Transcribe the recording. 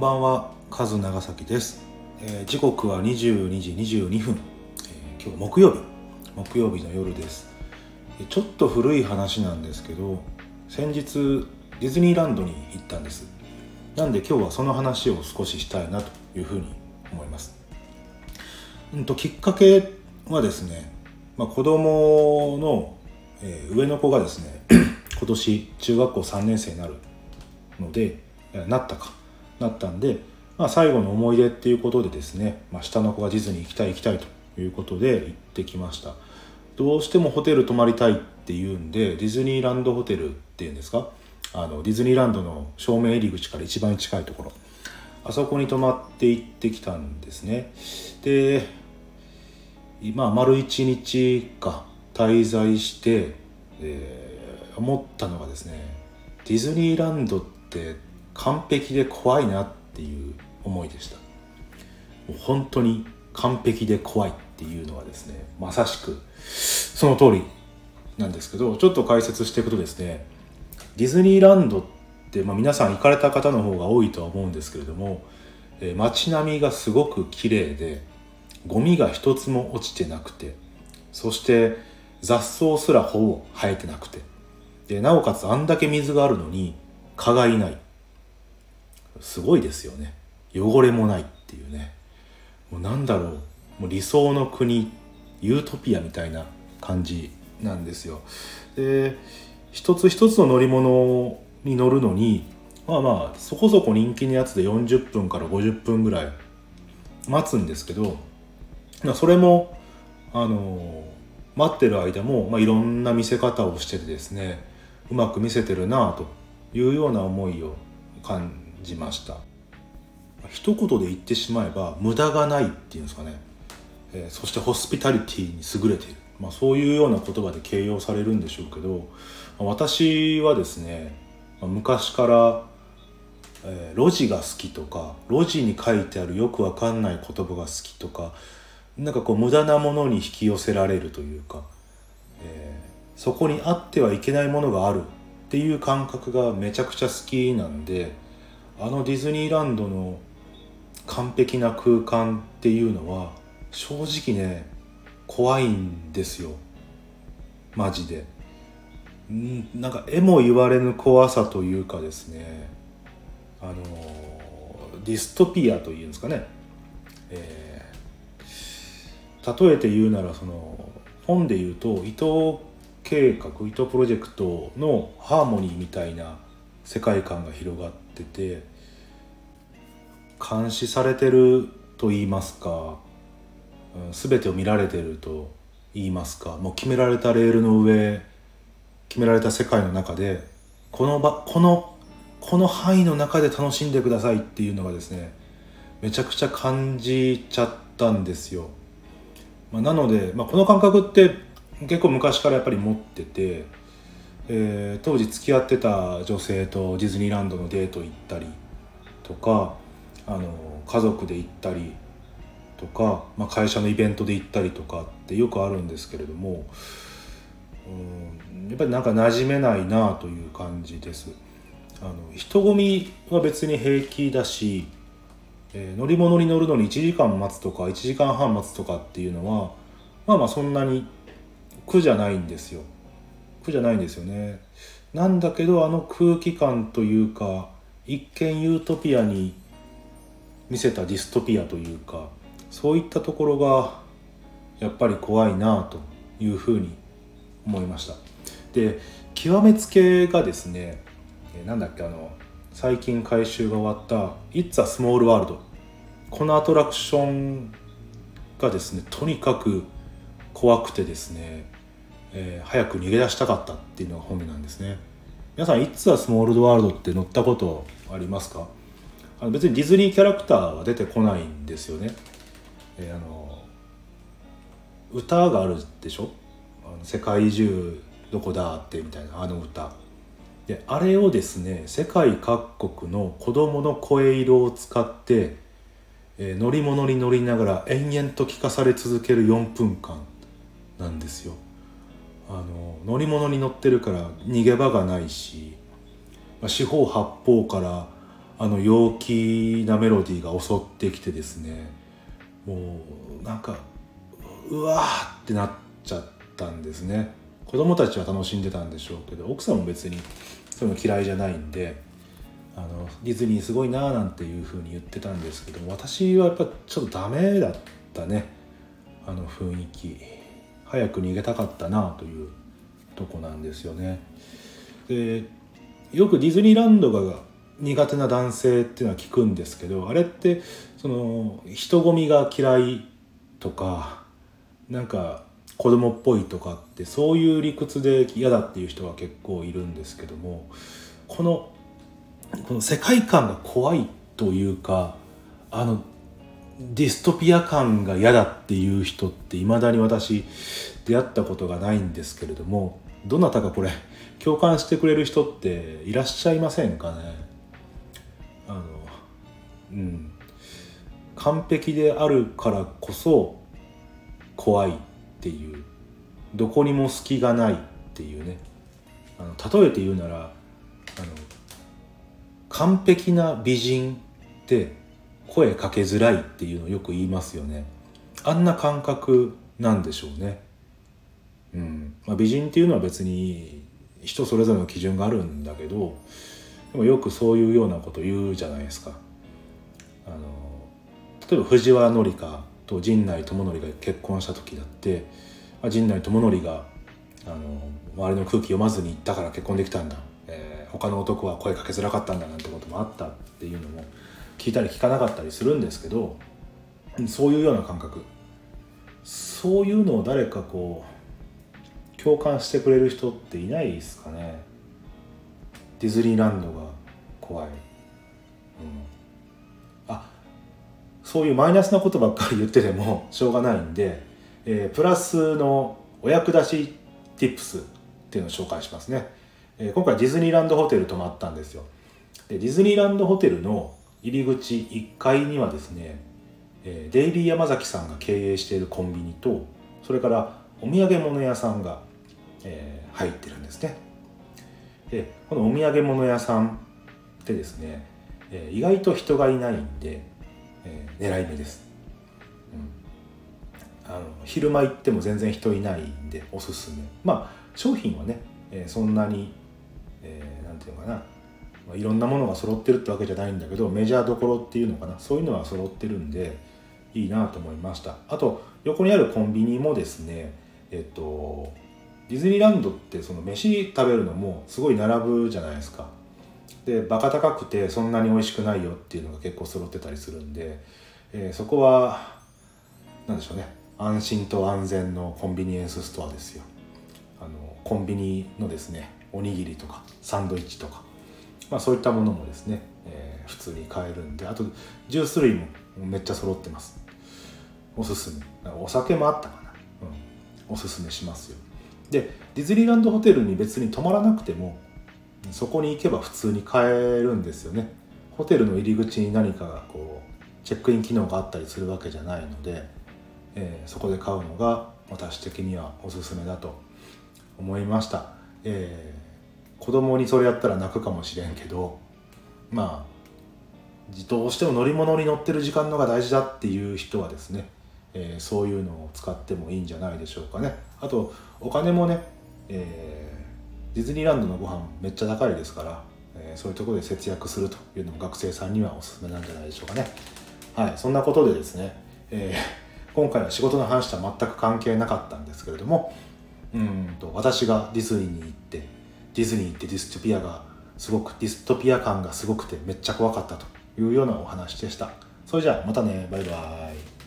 ばんは、カズ長崎です。時刻は22時22分、今日木曜日の夜です。ちょっと古い話なんですけど、先日ディズニーランドに行ったんです。なんで今日はその話を少ししたいなというふうに思います。きっかけはですね、子供の、上の子がですね今年中学校3年生になるのでなったんで、最後の思い出っていうことでですね、下の子がディズニー行きたいということで行ってきました。どうしてもホテル泊まりたいっていうんで、ディズニーランドホテルっていうんですか、ディズニーランドの正面入り口から一番近いところ、あそこに泊まって行ってきたんですね。で、丸一日か滞在して、思ったのがですね、ディズニーランドって完璧で怖いなっていう思いでした。もう本当に完璧で怖いっていうのはですね、まさしくその通りなんですけど、ちょっと解説していくとですね、ディズニーランドって、皆さん行かれた方の方が多いとは思うんですけれども、街並みがすごく綺麗で、ゴミが一つも落ちてなくて、そして雑草すらほぼ生えてなくて、でなおかつあんだけ水があるのに蚊がいない。すごいですよね。汚れもないっていうね、もう理想の国、ユートピアみたいな感じなんですよ。で、一つ一つの乗り物に乗るのにそこそこ人気のやつで40分から50分ぐらい待つんですけど、それも待ってる間も、いろんな見せ方をしててですね、うまく見せてるなというような思いを感じました。一言で言ってしまえば無駄がないっていうんですかね、そしてホスピタリティに優れている、そういうような言葉で形容されるんでしょうけど、私はですね、昔から、路地が好きとか、路地に書いてあるよくわかんない言葉が好きとか、無駄なものに引き寄せられるというか、そこにあってはいけないものがあるっていう感覚がめちゃくちゃ好きなんで、ディズニーランドの完璧な空間っていうのは正直ね、怖いんですよ、マジで。絵も言われぬ怖さというかですね、ディストピアというんですかね、例えて言うなら、本で言うと伊藤計画、伊藤プロジェクトのハーモニーみたいな世界観が広がってて、監視されてると言いますか、全てを見られてると言いますか、もう決められたレールの上、決められた世界の中で、この範囲の中で楽しんでくださいっていうのがですね、めちゃくちゃ感じちゃったんですよ。なので、この感覚って結構昔からやっぱり持ってて、当時付き合ってた女性とディズニーランドのデート行ったりとか、家族で行ったりとか、会社のイベントで行ったりとかってよくあるんですけれども、やっぱり馴染めないなという感じです。人混みは別に平気だし、乗り物に乗るのに1時間待つとか1時間半待つとかっていうのはそんなに苦じゃないんですよね。なんだけど、空気感というか、一見ユートピアに見せたディストピアというか、そういったところがやっぱり怖いなというふうに思いました。で、極めつけがですね、最近改修が終わったIt's a Small World、このアトラクションがですね、とにかく怖くてですね、早く逃げ出したかったっていうのが本音なんですね。皆さんIt's a Small Worldって乗ったことありますか？別にディズニーキャラクターは出てこないんですよね。歌があるでしょ、世界中どこだってみたいな歌で、あれをですね、世界各国の子供の声色を使って、乗り物に乗りながら延々と聞かされ続ける4分間なんですよ。乗り物に乗ってるから逃げ場がないし、四方八方から陽気なメロディーが襲ってきてですね、もうなんかうわーってなっちゃったんですね。子供たちは楽しんでたんでしょうけど、奥さんも別にそういうの嫌いじゃないんで、ディズニーすごいなーなんていう風に言ってたんですけど、私はやっぱちょっとダメだったね。雰囲気早く逃げたかったなというとこなんですよね。で、よくディズニーランドが苦手な男性っていうのは聞くんですけど、あれってその人混みが嫌いとか、なんか子供っぽいとかって、そういう理屈で嫌だっていう人は結構いるんですけども、この世界観が怖いというか、ディストピア感が嫌だっていう人って未だに私出会ったことがないんですけれども、どなたかこれ共感してくれる人っていらっしゃいませんかね。完璧であるからこそ怖いっていう、どこにも隙がないっていうね。例えて言うなら完璧な美人って声かけづらいっていうのをよく言いますよね。あんな感覚なんでしょうね。美人っていうのは別に人それぞれの基準があるんだけど、でもよくそういうようなこと言うじゃないですか。例えば藤原紀香と陣内智則が結婚した時だって、陣内智則が周りの空気読まずに行ったから結婚できたんだ、他の男は声かけづらかったんだなんてこともあったっていうのも聞いたり聞かなかったりするんですけど、そういうような感覚、そういうのを誰かこう共感してくれる人っていないですかね。ディズニーランドが怖い、そういうマイナスなことばっかり言っててもしょうがないんで、プラスのお役立ち Tips っていうのを紹介しますね。今回ディズニーランドホテル泊まったんですよ。でディズニーランドホテルの入り口1階にはですね、デイリー山崎さんが経営しているコンビニと、それからお土産物屋さんが、入ってるんですね。でこのお土産物屋さんってですね、意外と人がいないんで、狙い目です、昼間行っても全然人いないんでおすすめ。商品はね、そんなに、なんていうのかな、いろんなものが揃ってるってわけじゃないんだけど、メジャーどころっていうのかな、そういうのは揃ってるんでいいなと思いました。あと横にあるコンビニもですね、ディズニーランドってその飯食べるのもすごい並ぶじゃないですか。でバカ高くてそんなに美味しくないよっていうのが結構揃ってたりするんで、そこはなんでしょうね、安心と安全のコンビニエンスストアですよ。コンビニのですね、おにぎりとかサンドイッチとか、そういったものもですね、普通に買えるんで、あとジュース類もめっちゃ揃ってます。おすすめ。お酒もあったかな、おすすめしますよ。でディズニーランドホテルに別に泊まらなくてもそこに行けば普通に買えるんですよね。ホテルの入り口に何かがこうチェックイン機能があったりするわけじゃないので、そこで買うのが私的にはおすすめだと思いました。子供にそれやったら泣くかもしれんけど、どうしても乗り物に乗ってる時間のが大事だっていう人はですね、そういうのを使ってもいいんじゃないでしょうかね。あとお金もね、ディズニーランドのご飯めっちゃ高いですから、そういうところで節約するというのも学生さんにはおすすめなんじゃないでしょうかね。はい、そんなことでですね、今回は仕事の話とは全く関係なかったんですけれども、私がディズニーに行ってディストピア感がすごくてめっちゃ怖かったというようなお話でした。それじゃあまたね、バイバイ。